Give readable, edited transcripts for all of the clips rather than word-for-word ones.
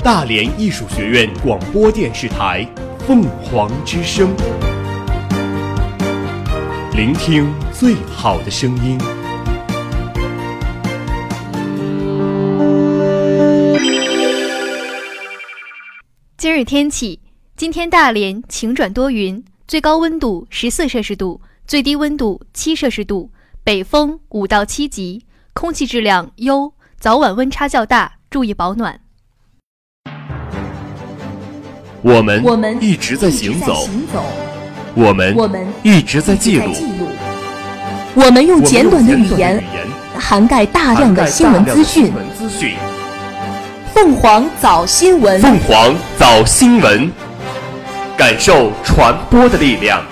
大连艺术学院广播电视台凤凰之声，聆听最好的声音。 今日天气，今天大连晴转多云，最高温度14摄氏度，最低温度7摄氏度，北风5到7级，空气质量优，早晚温差较大，注意保暖。 我们一直在行走，我们一直在记录， 我们用简短的语言涵盖大量的新闻资讯。凤凰早新闻， 凤凰早新闻，感受传播的力量。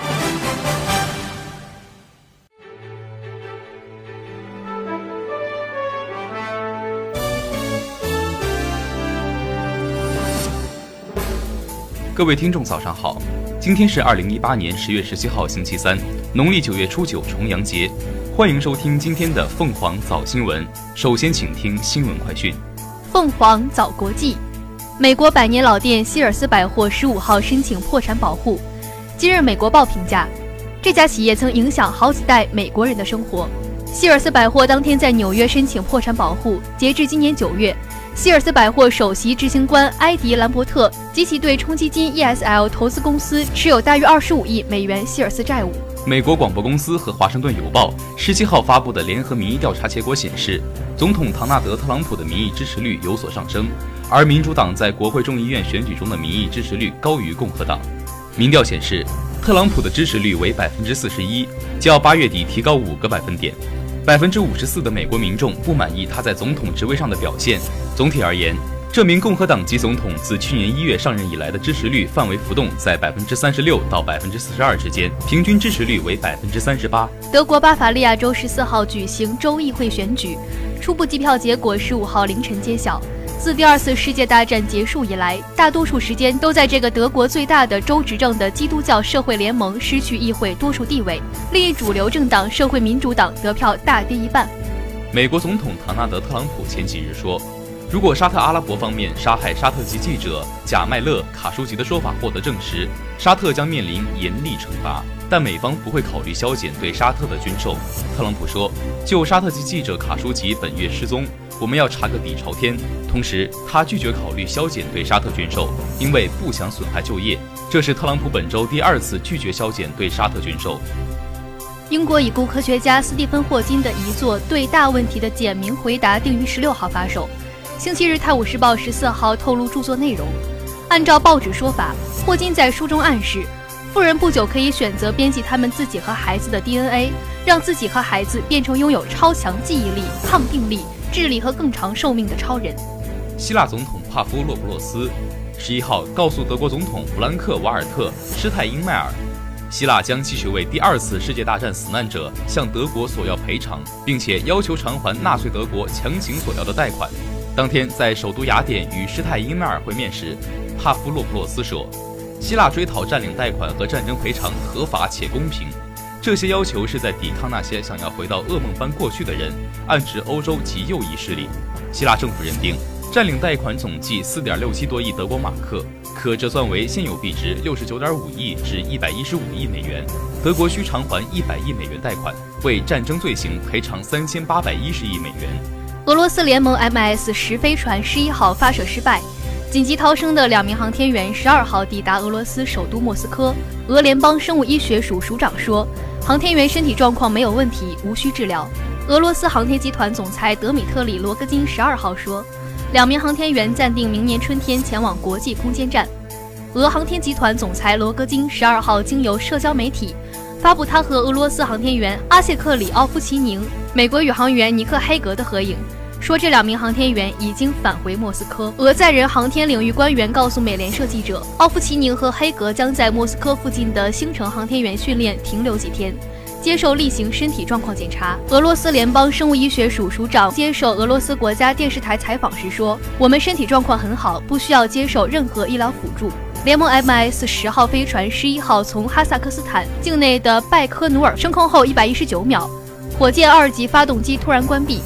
各位听众早上好，今天是2018年10月17号星期三，农历9月初9重阳节，欢迎收听今天的凤凰早新闻。首先请听新闻快讯。 凤凰早国际，美国百年老店希尔斯百货15号申请破产保护。今日美国报评价，这家企业曾影响好几代美国人的生活。希尔斯百货当天在纽约申请破产保护，截至今年9月。希尔斯百货首席执行官埃迪·兰伯特及其对冲基金 ESL 投资公司持有大约25亿美元希尔斯债务。 美国广播公司和华盛顿邮报17号发布的联合民意调查结果显示，总统唐纳德·特朗普的民意支持率有所上升，而民主党在国会众议院选举中的民意支持率高于共和党。民调显示，特朗普的支持率为41%，较8月底提高5个百分点。54%的美国民众不满意他在总统职位上的表现。总体而言，这名共和党籍总统自去年1月上任以来的支持率范围浮动在36%到42%之间，平均支持率为38%。 德国巴伐利亚州14号举行州议会选举，初步计票结果15号凌晨揭晓。自第2次世界大战结束以来，大多数时间都在这个德国最大的州执政的基督教社会联盟失去议会多数地位，另一主流政党社会民主党得票大跌一半。 美国总统唐纳德·特朗普前几日说，如果沙特阿拉伯方面杀害沙特籍记者贾麦勒·卡舒吉的说法获得证实，沙特将面临严厉惩罚，但美方不会考虑削减对沙特的军售。特朗普说，就沙特籍记者卡舒吉本月失踪，我们要查个底朝天。同时，他拒绝考虑削减对沙特军售，因为不想损害就业。这是特朗普本周第2次拒绝削减对沙特军售。 英国已故科学家斯蒂芬·霍金的遗作《对大问题的简明回答》定于16号发售。星期日，《泰晤士报》14号透露著作内容。按照报纸说法，霍金在书中暗示，富人不久可以选择编辑他们自己和孩子的 DNA， 让自己和孩子变成拥有超强记忆力、抗病力、智力和更长寿命的超人。 希腊总统帕夫洛布洛斯11号告诉德国总统弗兰克·瓦尔特·施泰因迈尔，希腊将继续为第2次世界大战死难者向德国索要赔偿，并且要求偿还纳粹德国强行索要的贷款。当天在首都雅典与施泰因迈尔会面时，帕夫洛布洛斯说，希腊追讨占领贷款和战争赔偿合法且公平，这些要求是在抵抗那些想要回到噩梦般过去的人，暗指欧洲及右翼势力。希腊政府认定占领贷款总计4.67多亿德国马克，可折算为现有币值69.5亿至115亿美元。德国需偿还100亿美元贷款，为战争罪行赔偿3810亿美元。 俄罗斯联盟 MS-10 飞船11号发射失败，紧急逃生的2名航天员12号抵达俄罗斯首都莫斯科。俄联邦生物医学署署长说，航天员身体状况没有问题，无需治疗。俄罗斯航天集团总裁德米特里·罗戈金12号说，2名航天员暂定明年春天前往国际空间站。俄航天集团总裁罗戈金12号经由社交媒体发布他和俄罗斯航天员阿谢克里奥夫齐宁、美国宇航员尼克黑格的合影，说这2名航天员已经返回莫斯科。俄载人航天领域官员告诉美联社记者，奥夫齐宁和黑格将在莫斯科附近的星城航天员训练停留几天，接受例行身体状况检查。俄罗斯联邦生物医学署署长接受俄罗斯国家电视台采访时说，我们身体状况很好，不需要接受任何医疗辅助。联盟 MS-10 号飞船11号从哈萨克斯坦境内的拜科努尔升空后119秒，火箭2级发动机突然关闭。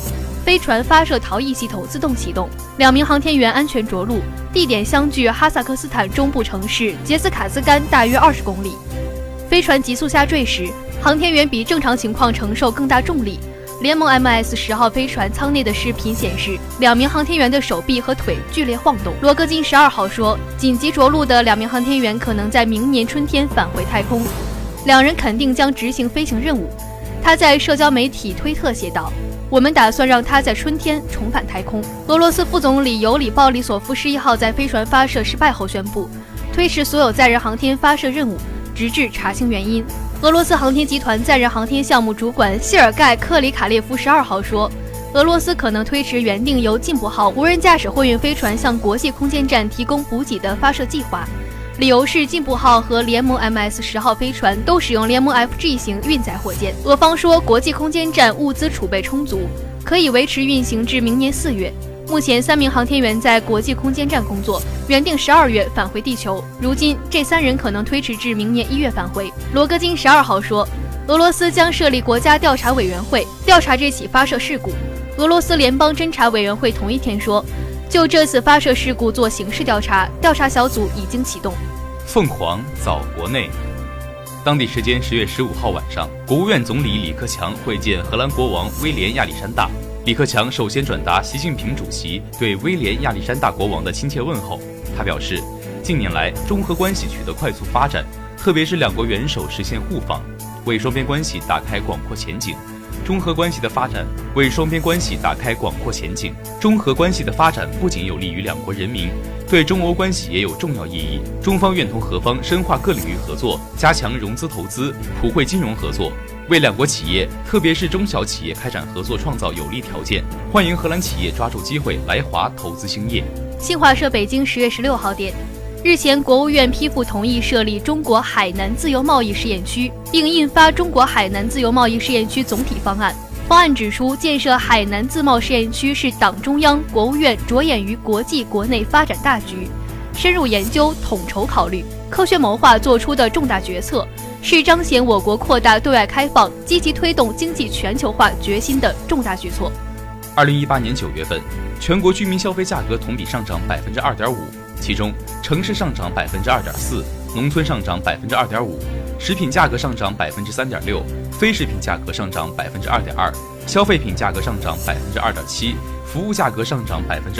飞船发射逃逸系统自动启动，2名航天员安全着陆，地点相距哈萨克斯坦中部城市杰斯卡兹干大约20公里。飞船急速下坠时，航天员比正常情况承受更大重力。联盟 MS-10号飞船舱内的视频显示，2名航天员的手臂和腿剧烈晃动。罗戈金12号说，紧急着陆的2名航天员可能在明年春天返回太空，2人肯定将执行飞行任务。他在社交媒体推特写道：“我们打算让他在春天重返太空。”俄罗斯副总理尤里·鲍里索夫11号在飞船发射失败后宣布，推迟所有载人航天发射任务，直至查清原因。俄罗斯航天集团载人航天项目主管谢尔盖·克里卡列夫12号说，俄罗斯可能推迟原定由进步号无人驾驶货运飞船向国际空间站提供补给的发射计划，理由是进步号和联盟 MS-10号飞船都使用联盟 FG 型运载火箭。俄方说，国际空间站物资储备充足，可以维持运行至明年4月。目前3名航天员在国际空间站工作，原定12月返回地球，如今这3人可能推迟至明年1月返回。罗戈金12号说，俄罗斯将设立国家调查委员会调查这起发射事故。俄罗斯联邦侦察委员会同一天说，就这次发射事故做刑事调查，调查小组已经启动。 凤凰早国内。当地时间10月15号晚上，国务院总理李克强会见荷兰国王威廉亚历山大。李克强首先转达习近平主席对威廉亚历山大国王的亲切问候。他表示，近年来中荷关系取得快速发展，特别是2国元首实现互访，为双边关系打开广阔前景。中荷关系的发展为双边关系打开广阔前景。中荷关系的发展不仅有利于2国人民，对中欧关系也有重要意义。中方愿同荷方深化各领域合作，加强融资投资、普惠金融合作，为2国企业，特别是中小企业开展合作创造有利条件。欢迎荷兰企业抓住机会来华投资兴业。 新华社北京10月16号电，日前，国务院批复同意设立中国海南自由贸易试验区，并印发《中国海南自由贸易试验区总体方案》。方案指出，建设海南自贸试验区是党中央、国务院着眼于国际国内发展大局，深入研究、统筹考虑、科学谋划做出的重大决策，是彰显我国扩大对外开放、积极推动经济全球化决心的重大举措。 2018年9月份，全国居民消费价格同比上涨2.5%，其中城市上涨2.4%，农村上涨2.5%，食品价格上涨3.6%，非食品价格上涨2.2%，消费品价格上涨2.7%，服务价格上涨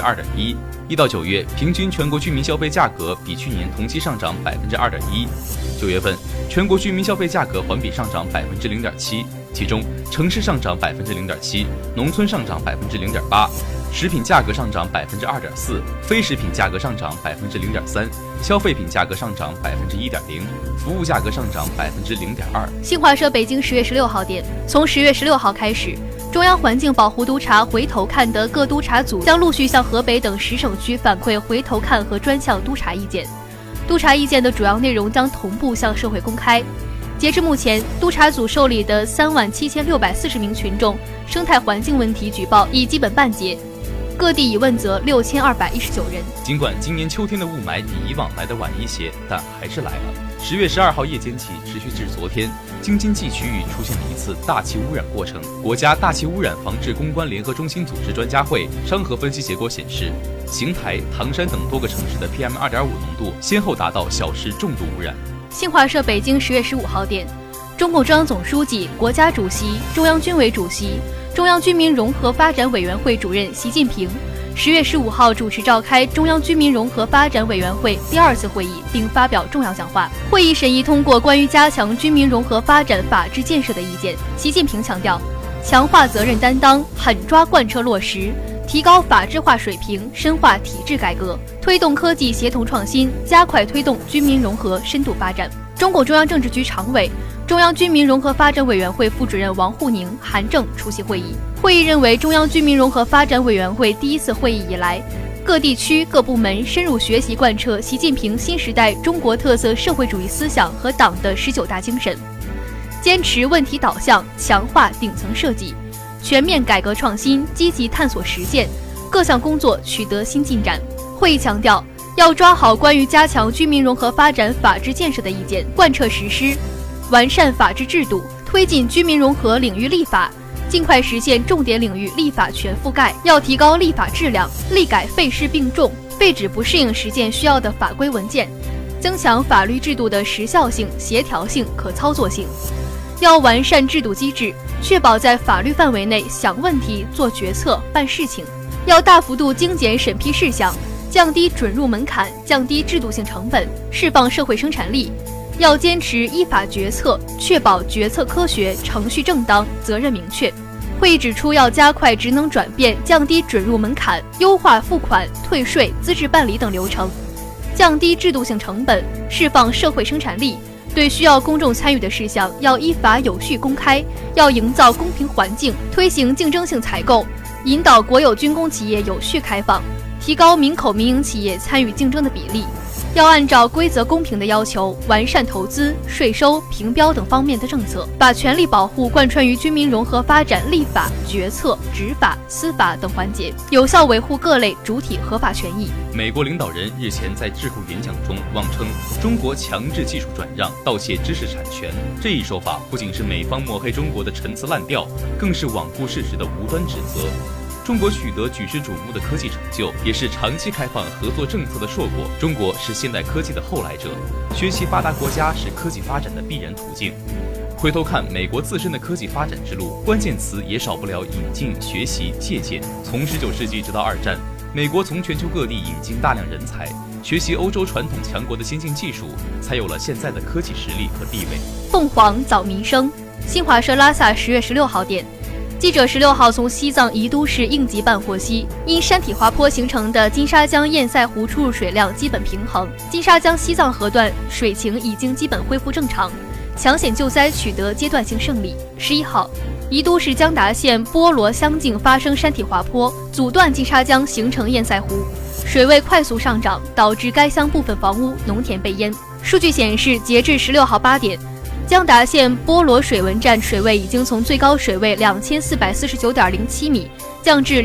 2.1%。1到9月，平均全国居民消费价格比去年同期上涨2.1%。9月份，全国居民消费价格环比上涨0.7%，其中城市上涨0.7%，农村上涨0.8%，食品价格上涨2.4%，非食品价格上涨0.3%，消费品价格上涨1.0%，服务价格上涨0.2%。 新华社北京10月16号电，从10月16号开始，中央环境保护督察回头看的各督察组将陆续向河北等10省区反馈回头看和专项督察意见。督察意见的主要内容将同步向社会公开。截至目前，督察组受理的37640名群众生态环境问题举报已基本办结，各地已问责6219人。 尽管今年秋天的雾霾比以往来得晚一些，但还是来了。10月12号夜间起，持续至昨天，京津冀区域出现了一次大气污染过程。国家大气污染防治攻关联合中心组织专家会商核分析结果显示，邢台、唐山等多个城市的 PM2.5浓度先后达到小时重度污染。 新华社北京10月15号电，中共中央总书记、国家主席、中央军委主席、中央军民融合发展委员会主任习近平10月15号主持召开中央军民融合发展委员会第2次会议，并发表重要讲话。会议审议通过关于加强军民融合发展法治建设的意见。习近平强调，强化责任担当，狠抓贯彻落实，提高法治化水平，深化体制改革，推动科技协同创新，加快推动军民融合深度发展。中共中央政治局常委、中央军民融合发展委员会副主任王沪宁、韩正出席会议。会议认为，中央军民融合发展委员会第1次会议以来，各地区各部门深入学习贯彻习近平新时代中国特色社会主义思想和党的19大精神，坚持问题导向，强化顶层设计，全面改革创新，积极探索实践，各项工作取得新进展。会议强调，要抓好关于加强军民融合发展法治建设的意见，贯彻实施，完善法治制度，推进军民融合领域立法， 尽快实现重点领域立法全覆盖。要提高立法质量，力改废事并重，废止不适应实践需要的法规文件，增强法律制度的时效性、协调性、可操作性。要完善制度机制，确保在法律范围内想问题、做决策、办事情。要大幅度精简审批事项，降低准入门槛，降低制度性成本，释放社会生产力。要坚持依法决策，确保决策科学、程序正当、责任明确。会议指出，要加快职能转变，降低准入门槛，优化付款、退税、资质办理等流程，降低制度性成本，释放社会生产力。对需要公众参与的事项，要依法有序公开，要营造公平环境，推行竞争性采购，引导国有军工企业有序开放，提高民口民营企业参与竞争的比例。要按照规则公平的要求，完善投资、税收、评标等方面的政策，把权利保护贯穿于军民融合发展立法、决策、执法、司法等环节，有效维护各类主体合法权益。 美国领导人日前在智库演讲中妄称中国强制技术转让、盗窃知识产权，这一说法不仅是美方抹黑中国的陈词滥调，更是罔顾事实的无端指责。中国取得举世瞩目的科技成就，也是长期开放合作政策的硕果。中国是现代科技的后来者，学习发达国家是科技发展的必然途径。回头看美国自身的科技发展之路，关键词也少不了引进、学习、借鉴。从19世纪直到2战，美国从全球各地引进大量人才，学习欧洲传统强国的先进技术，才有了现在的科技实力和地位。 凤凰早民生，新华社拉萨10月16号电。记者16号从西藏宜都市应急办获悉，因山体滑坡形成的金沙江堰塞湖出入水量基本平衡，金沙江西藏河段水情已经基本恢复正常，抢险救灾取得阶段性胜利。11号，宜都市江达县波罗乡境发生山体滑坡，阻断金沙江形成堰塞湖，水位快速上涨，导致该乡部分房屋、农田被淹。数据显示，截至16号8点，江达县波罗水文站水位已经从最高水位2449.07米降至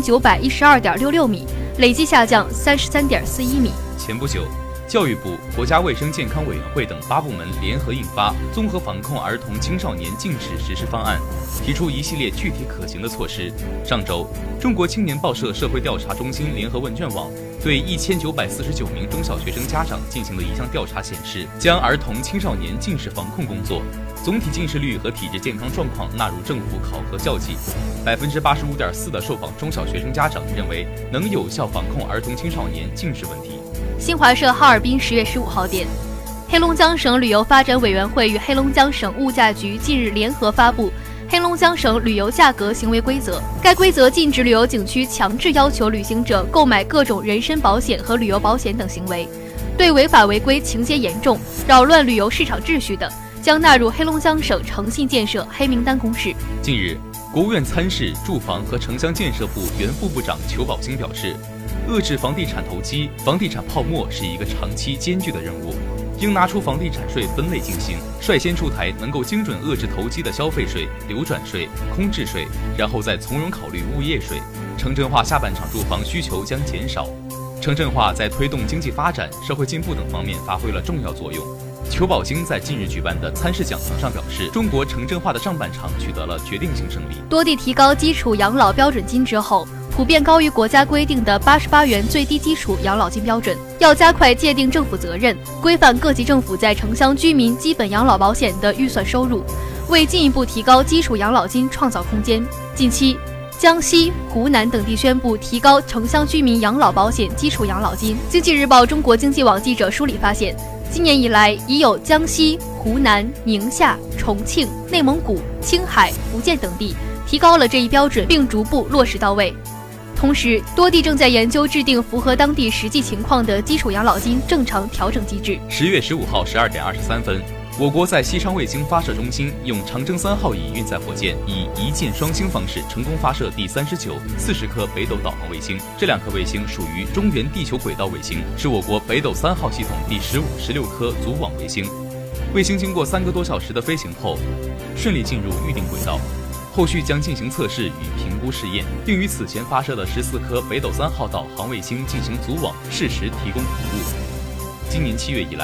2912.66米，累计下降33.41米。 前不久，教育部、国家卫生健康委员会等8部门联合印发《综合防控儿童青少年近视实施方案》，提出一系列具体可行的措施。上周，中国青年报社社会调查中心联合问卷网对1949名中小学生家长进行了一项调查，显示，将儿童青少年近视防控工作、总体近视率和体质健康状况纳入政府考核校纪。85.4%的受访中小学生家长认为能有效防控儿童青少年近视问题。 新华社哈尔滨10月15号电，黑龙江省旅游发展委员会与黑龙江省物价局近日联合发布黑龙江省旅游价格行为规则，该规则禁止旅游景区强制要求旅行者购买各种人身保险和旅游保险等行为，对违法违规情节严重、扰乱旅游市场秩序的，将纳入黑龙江省诚信建设黑名单公示。 近日，国务院参事、住房和城乡建设部原副部长裘宝兴表示，遏制房地产投机、房地产泡沫是一个长期艰巨的任务，应拿出房地产税分类进行，率先出台能够精准遏制投机的消费税、流转税、空置税，然后再从容考虑物业税。城镇化下半场住房需求将减少，城镇化在推动经济发展、社会进步等方面发挥了重要作用。裘宝兴在近日举办的参事讲堂上表示，中国城镇化的上半场取得了决定性胜利。 多地提高基础养老标准金之后，普遍高于国家规定的88元最低基础养老金标准，要加快界定政府责任，规范各级政府在城乡居民基本养老保险的预算收入，为进一步提高基础养老金创造空间。近期，江西、湖南等地宣布提高城乡居民养老保险基础养老金。经济日报中国经济网记者梳理发现，今年以来，已有江西、湖南、宁夏、重庆、内蒙古、青海、福建等地提高了这一标准，并逐步落实到位。同时，多地正在研究制定符合当地实际情况的基础养老金正常调整机制。 10月15号12点23分，我国在西昌卫星发射中心用长征3号乙运载火箭，以一箭双星方式成功发射第39、40颗北斗导航卫星。这2颗卫星属于中原地球轨道卫星，是我国北斗3号系统第15、16颗组网卫星。卫星经过3个多小时的飞行后，顺利进入预定轨道。后续将进行测试与评估试验，并与此前发射的14颗北斗3号导航卫星进行组网，适时提供服务。今年7月以来，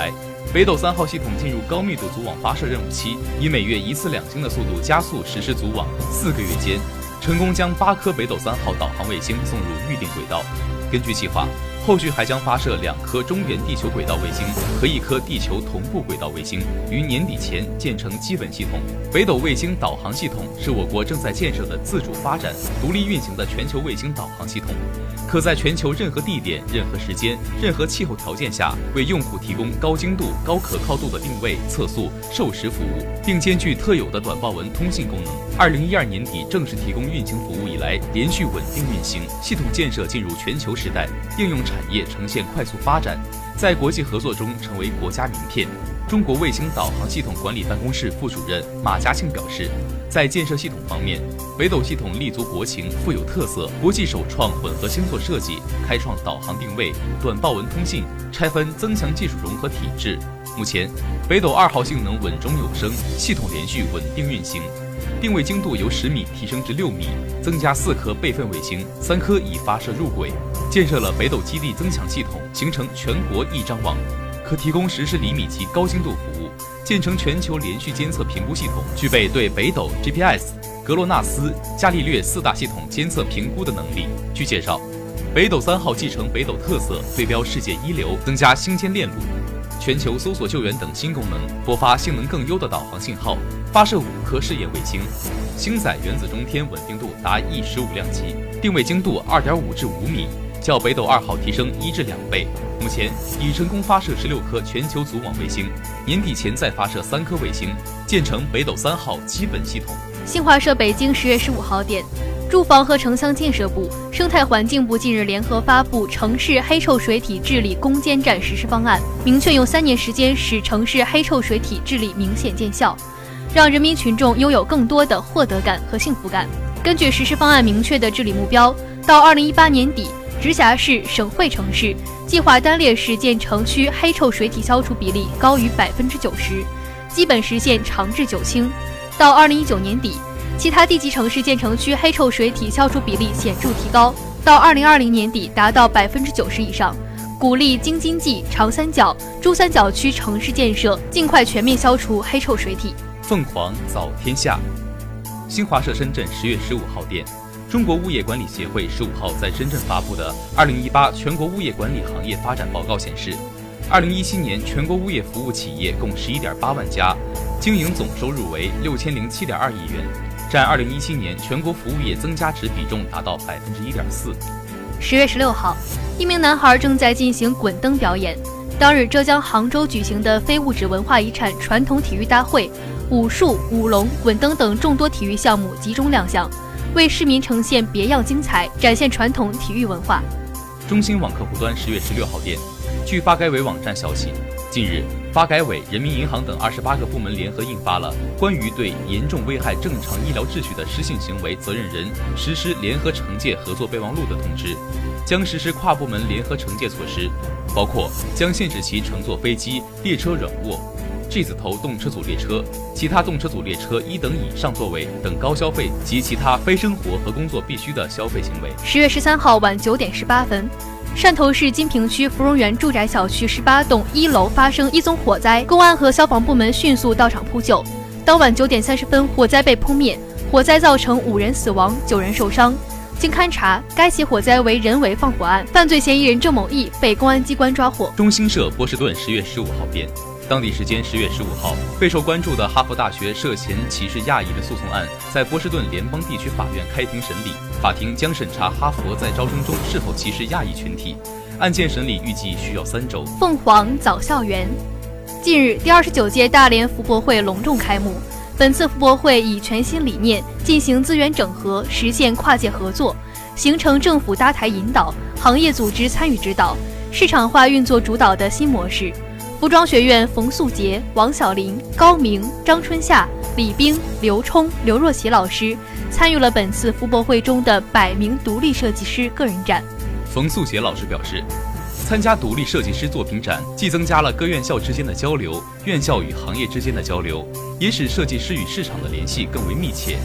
北斗3号系统进入高密度组网发射任务期，以每月1次2星的速度加速实施组网，4个月间，成功将8颗北斗3号导航卫星送入预定轨道。根据计划，后续还将发射2颗中原地球轨道卫星和1颗地球同步轨道卫星，于年底前建成基本系统。北斗卫星导航系统是我国正在建设的自主发展、独立运行的全球卫星导航系统，可在全球任何地点、任何时间、任何气候条件下，为用户提供高精度、高可靠度的定位、测速、授时服务，并兼具特有的短报文通信功能。2012年底正式提供运行服务以来，连续稳定运行，系统建设进入全球时代，应用产业呈现快速发展，在国际合作中成为国家名片。中国卫星导航系统管理办公室副主任马家庆表示，在建设系统方面，北斗系统立足国情，富有特色，国际首创混合星座设计，开创导航定位、短报文通信、拆分增强技术融合体制。目前，北斗2号性能稳中有升，系统连续稳定运行，定位精度由10米提升至6米，增加4颗备份卫星，3颗已发射入轨，建设了北斗基地增强系统，形成全国一张网，可提供实时厘米级高精度服务，建成全球连续监测评估系统，具备对北斗、GPS、格罗纳斯、伽利略4大系统监测评估的能力。据介绍，北斗3号继承北斗特色，对标世界一流，增加星间链路、全球搜索救援等新功能，拨发性能更优的导航信号，发射5颗试验卫星，星载原子中天稳定度达 E15量级，定位精度2.5至5米，较北斗2号提升1至2倍。目前已成功发射16颗全球组网卫星，年底前再发射3颗卫星，建成北斗3号基本系统。 新华社北京10月15号电，住房和城乡建设部、生态环境部近日联合发布城市黑臭水体治理攻坚战实施方案，明确用3年时间使城市黑臭水体治理明显见效，让人民群众拥有更多的获得感和幸福感。根据实施方案明确的治理目标，到2018年底，直辖市、省会城市计划单列市建城区黑臭水体消除比例高于90%，基本实现长治久清。到2019年底，其他地级城市建成区黑臭水体消除比例显著提高，到2020年底达到90%以上。鼓励京津冀、长三角、珠三角区城市建设尽快全面消除黑臭水体。 凤凰早天下。新华社深圳10月15号电，中国物业管理协会15号在深圳发布的2018全国物业管理行业发展报告显示，2017年全国物业服务企业共11.8万家，经营总收入为6007.2亿元，占2017年全国服务业增加值比重达到1.4%。 10月16号，一名男孩正在进行滚灯表演。当日，浙江杭州举行的非物质文化遗产传统体育大会，武术、舞龙、滚灯等众多体育项目集中亮相，为市民呈现别样精彩，展现传统体育文化。 中新网客户端10月16号电，据发改委网站消息，近日，发改委、人民银行等28个部门联合印发了关于对严重危害正常医疗秩序的失信行为责任人实施联合惩戒合作备忘录的通知，将实施跨部门联合惩戒措施，包括将限制其乘坐飞机、列车软卧、G 字头动车组列车、其他动车组列车1等以上座位等高消费及其他非生活和工作必须的消费行为。 10月13号晚9点18分，汕头市金平区芙蓉园住宅小区18栋1楼发生一宗火灾，公安和消防部门迅速到场扑救。当晚9点30分，火灾被扑灭，火灾造成5人死亡、9人受伤。经勘查，该起火灾为人为放火案，犯罪嫌疑人郑某义被公安机关抓获。 中新社波士顿10月15号电，当地时间10月15号，备受关注的哈佛大学涉嫌歧视亚裔的诉讼案在波士顿联邦地区法院开庭审理，法庭将审查哈佛在招生中是否歧视亚裔群体，案件审理预计需要3周。 凤凰早校园，近日第29届大连福博会隆重开幕。本次福博会以全新理念进行资源整合，实现跨界合作，形成政府搭台引导、行业组织参与指导、市场化运作主导的新模式。服装学院冯素杰、王小林、高明、张春夏、李冰、刘冲、刘若琪老师参与了本次福博会中的100名独立设计师个人展。 冯素杰老师表示，参加独立设计师作品展，既增加了各院校之间的交流，院校与行业之间的交流，也使设计师与市场的联系更为密切。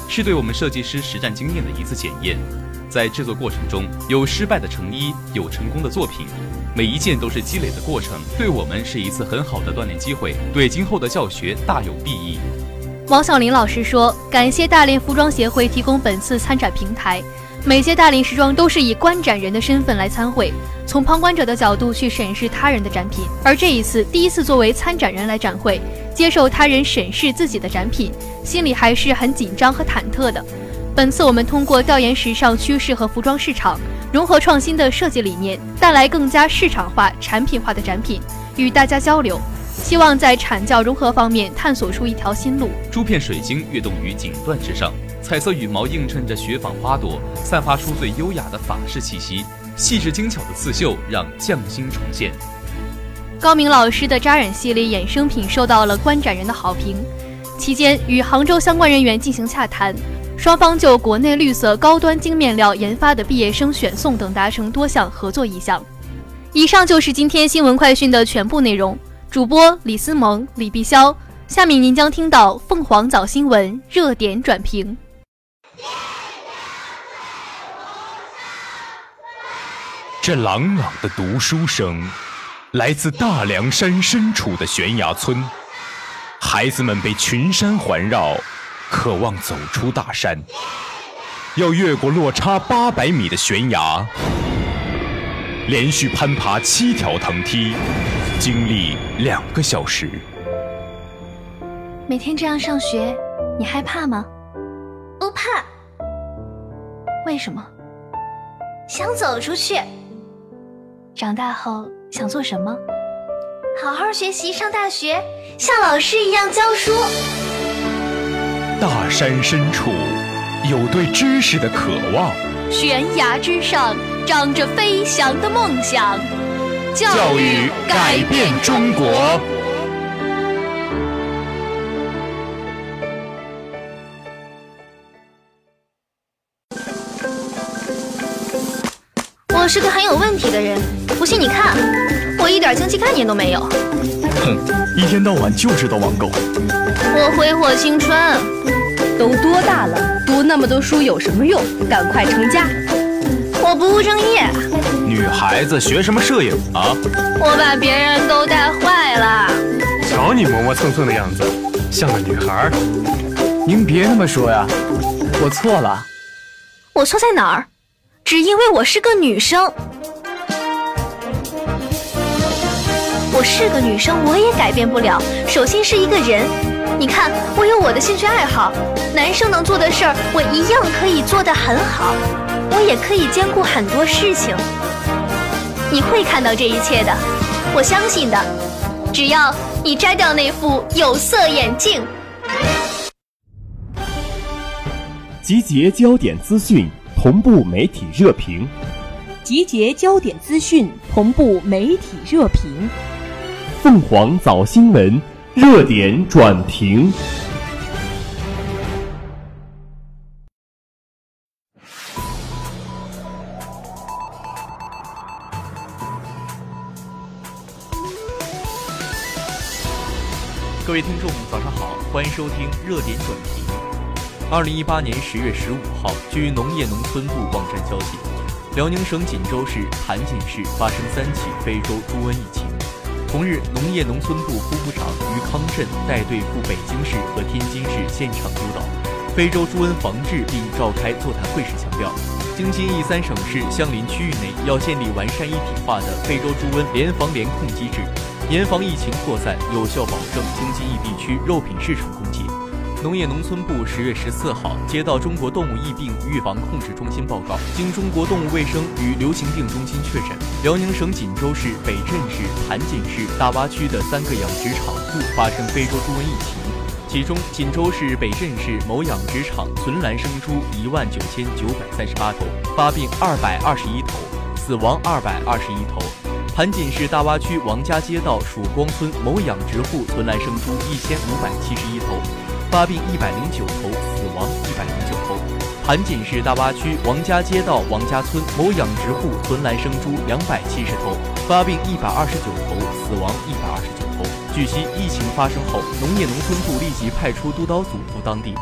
是对我们设计师实战经验的一次检验。在制作过程中，有失败的成衣，有成功的作品，每一件都是积累的过程，对我们是一次很好的锻炼机会，对今后的教学大有裨益。 王小林老师说，感谢大连服装协会提供本次参展平台，每届大连时装都是以观展人的身份来参会，从旁观者的角度去审视他人的展品，而这一次第一次作为参展人来展会，接受他人审视自己的展品，心里还是很紧张和忐忑的。本次我们通过调研时尚趋势和服装市场，融合创新的设计理念，带来更加市场化、产品化的展品，与大家交流，希望在产教融合方面探索出一条新路。 珠片水晶跃动于锦缎之上，彩色羽毛映衬着雪纺花朵，散发出最优雅的法式气息，细致精巧的刺绣让匠心重现。 高明老师的扎染系列衍生品受到了观展人的好评，期间与杭州相关人员进行洽谈，双方就国内绿色高端精面料研发的毕业生选送等达成多项合作意向。以上就是今天新闻快讯的全部内容。主播李思萌、李碧霄，下面您将听到凤凰早新闻热点转评。 这朗朗的读书声，来自大凉山深处的悬崖村。孩子们被群山环绕，渴望走出大山，要越过落差800米的悬崖，连续攀爬7条藤梯，经历2个小时。 每天这样上学，你害怕吗？ 不怕。 为什么？ 想走出去。 长大后想做什么？ 好好学习，上大学，像老师一样教书。 大山深处有对知识的渴望， 悬崖之上长着飞翔的梦想。 教育改变中国。 我是个很有问题的人，不信你看，我一点经济概念都没有。 哼，一天到晚就知道网购。 我挥霍青春。 都多大了，读那么多书有什么用？赶快成家。 我不务正业。 女孩子学什么摄影啊？ 我把别人都带坏了。 瞧你磨磨蹭蹭的样子，像个女孩。 您别那么说呀，我错了。 我错在哪儿？只因为我是个女生。我是个女生，我也改变不了。首先是一个人，你看，我有我的兴趣爱好，男生能做的事儿，我一样可以做得很好。我也可以兼顾很多事情。你会看到这一切的，我相信的。只要你摘掉那副有色眼镜。 集结焦点资讯，同步媒体热评。 集结焦点资讯，同步媒体热评。 凤凰早新闻热点转评。 各位听众早上好，欢迎收听热点转评。2018年10月15号，据农业农村部网站消息，辽宁省锦州市盘锦市发生3起非洲猪瘟疫情。同日，农业农村部副部长于康震带队赴北京市和天津市现场督导非洲猪瘟防治，并召开座谈会时强调，京津冀3省市相邻区域内要建立完善一体化的非洲猪瘟联防联控机制，严防疫情扩散，有效保证京津冀地区肉品市场供给。农业农村部10月14号接到中国动物疫病预防控制中心报告，经中国动物卫生与流行病中心确诊，辽宁省锦州市、北镇市、盘锦市、大洼区的3个养殖场户发生非洲猪瘟疫情，其中锦州市、北镇市某养殖场存栏生猪19938头，发病221头，死亡221头。盘锦市大洼区王家街道曙光村某养殖户存栏生猪1571头，发病109头，死亡109头。盘锦市大洼区王家街道王家村某养殖户存栏生猪270头，发病129头，死亡129头。据悉，疫情发生后，农业农村部立即派出督导组赴当地。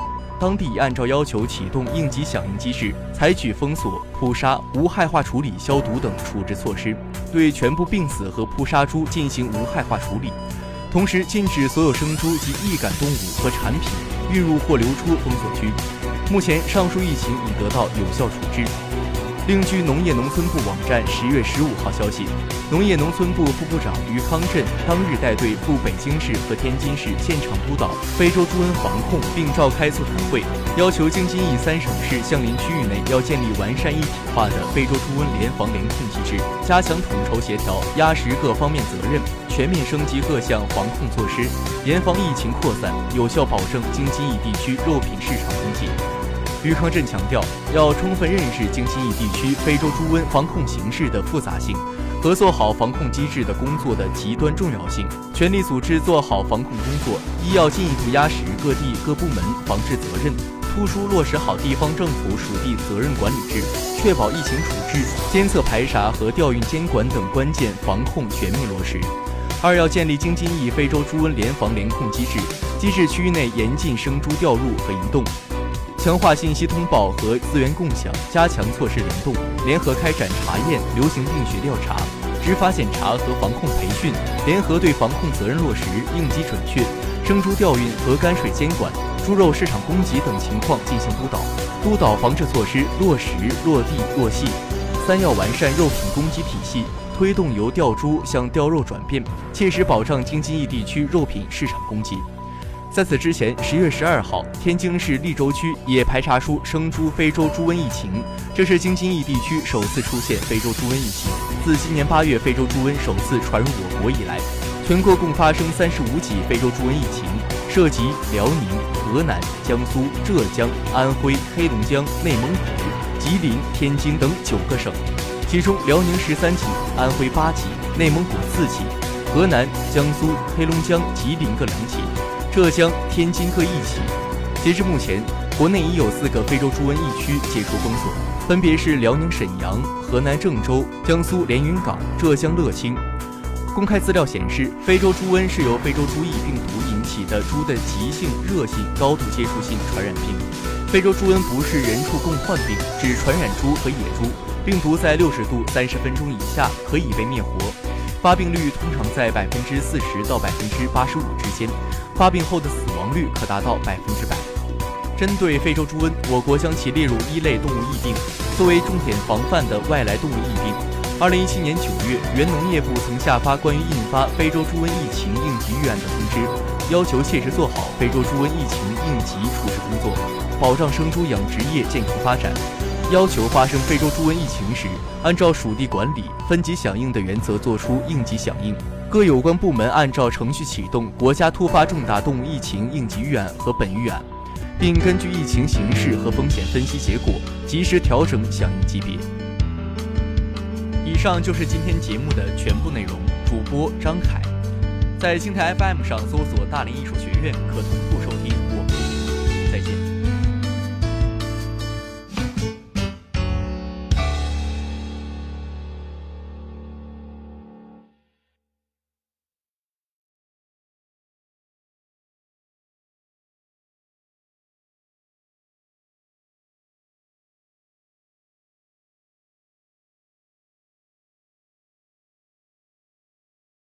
当地已按照要求启动应急响应机制，采取封锁、扑杀、无害化处理、消毒等处置措施，对全部病死和扑杀猪进行无害化处理。同时，禁止所有生猪及易感动物和产品运入或流出封锁区。目前，上述疫情已得到有效处置。另据农业农村部网站10月15号消息，农业农村部副部长于康震当日带队赴北京市和天津市现场督导非洲猪瘟防控，并召开座谈会，要求京津冀3省市相邻区域内要建立完善一体化的非洲猪瘟联防联控机制，加强统筹协调，压实各方面责任，全面升级各项防控措施，严防疫情扩散，有效保证京津冀地区肉品市场供给。于康震强调，要充分认识京津冀地区非洲猪瘟防控形势的复杂性和做好防控机制的工作的极端重要性，全力组织做好防控工作。一要进一步压实各地各部门防治责任，突出落实好地方政府属地责任管理制，确保疫情处置、监测排查和调运监管等关键防控全面落实。二要建立京津冀非洲猪瘟联防联控机制，机制区域内严禁生猪调入和移动。强化信息通报和资源共享，加强措施联动，联合开展查验、流行病学调查、执法检查和防控培训，联合对防控责任落实、应急准确、生猪调运和泔水监管、猪肉市场供给等情况进行督导，督导防治措施落实、落地、落细。三要完善肉品供给体系，推动由调猪向调肉转变，切实保障京津冀地区肉品市场供给。在此之前，10月12号，天津市利州区也排查出生猪非洲猪瘟疫情，这是京津冀地区首次出现非洲猪瘟疫情。自今年8月非洲猪瘟首次传入我国以来，全国共发生35起非洲猪瘟疫情，涉及辽宁、河南、江苏、浙江、安徽、黑龙江、内蒙古、吉林、天津等9个省，其中辽宁13起，安徽8起，内蒙古4起，河南、江苏、黑龙江、吉林各2起。浙江、天津各1起。截至目前，国内已有4个非洲猪瘟疫区解除封锁，分别是辽宁沈阳、河南郑州、江苏连云港、浙江乐清。公开资料显示，非洲猪瘟是由非洲猪疫病毒引起的猪的急性、热性、高度接触性传染病。非洲猪瘟不是人畜共患病，只传染猪和野猪，病毒在60度30分钟以下可以被灭活。发病率通常在40%到85%之间，发病后的死亡率可达到100%。针对非洲猪瘟，我国将其列入1类动物疫病，作为重点防范的外来动物疫病。2017年9月，原农业部曾下发关于印发非洲猪瘟疫情应急预案的通知，要求切实做好非洲猪瘟疫情应急处置工作，保障生猪养殖业健康发展。要求发生非洲猪瘟疫情时，按照属地管理、分级响应的原则作出应急响应。各有关部门按照程序启动国家突发重大动物疫情应急预案和本预案，并根据疫情形势和风险分析结果，及时调整响应级别。以上就是今天节目的全部内容。主播张凯，在青台 FM 上搜索大连艺术学院可同步收听。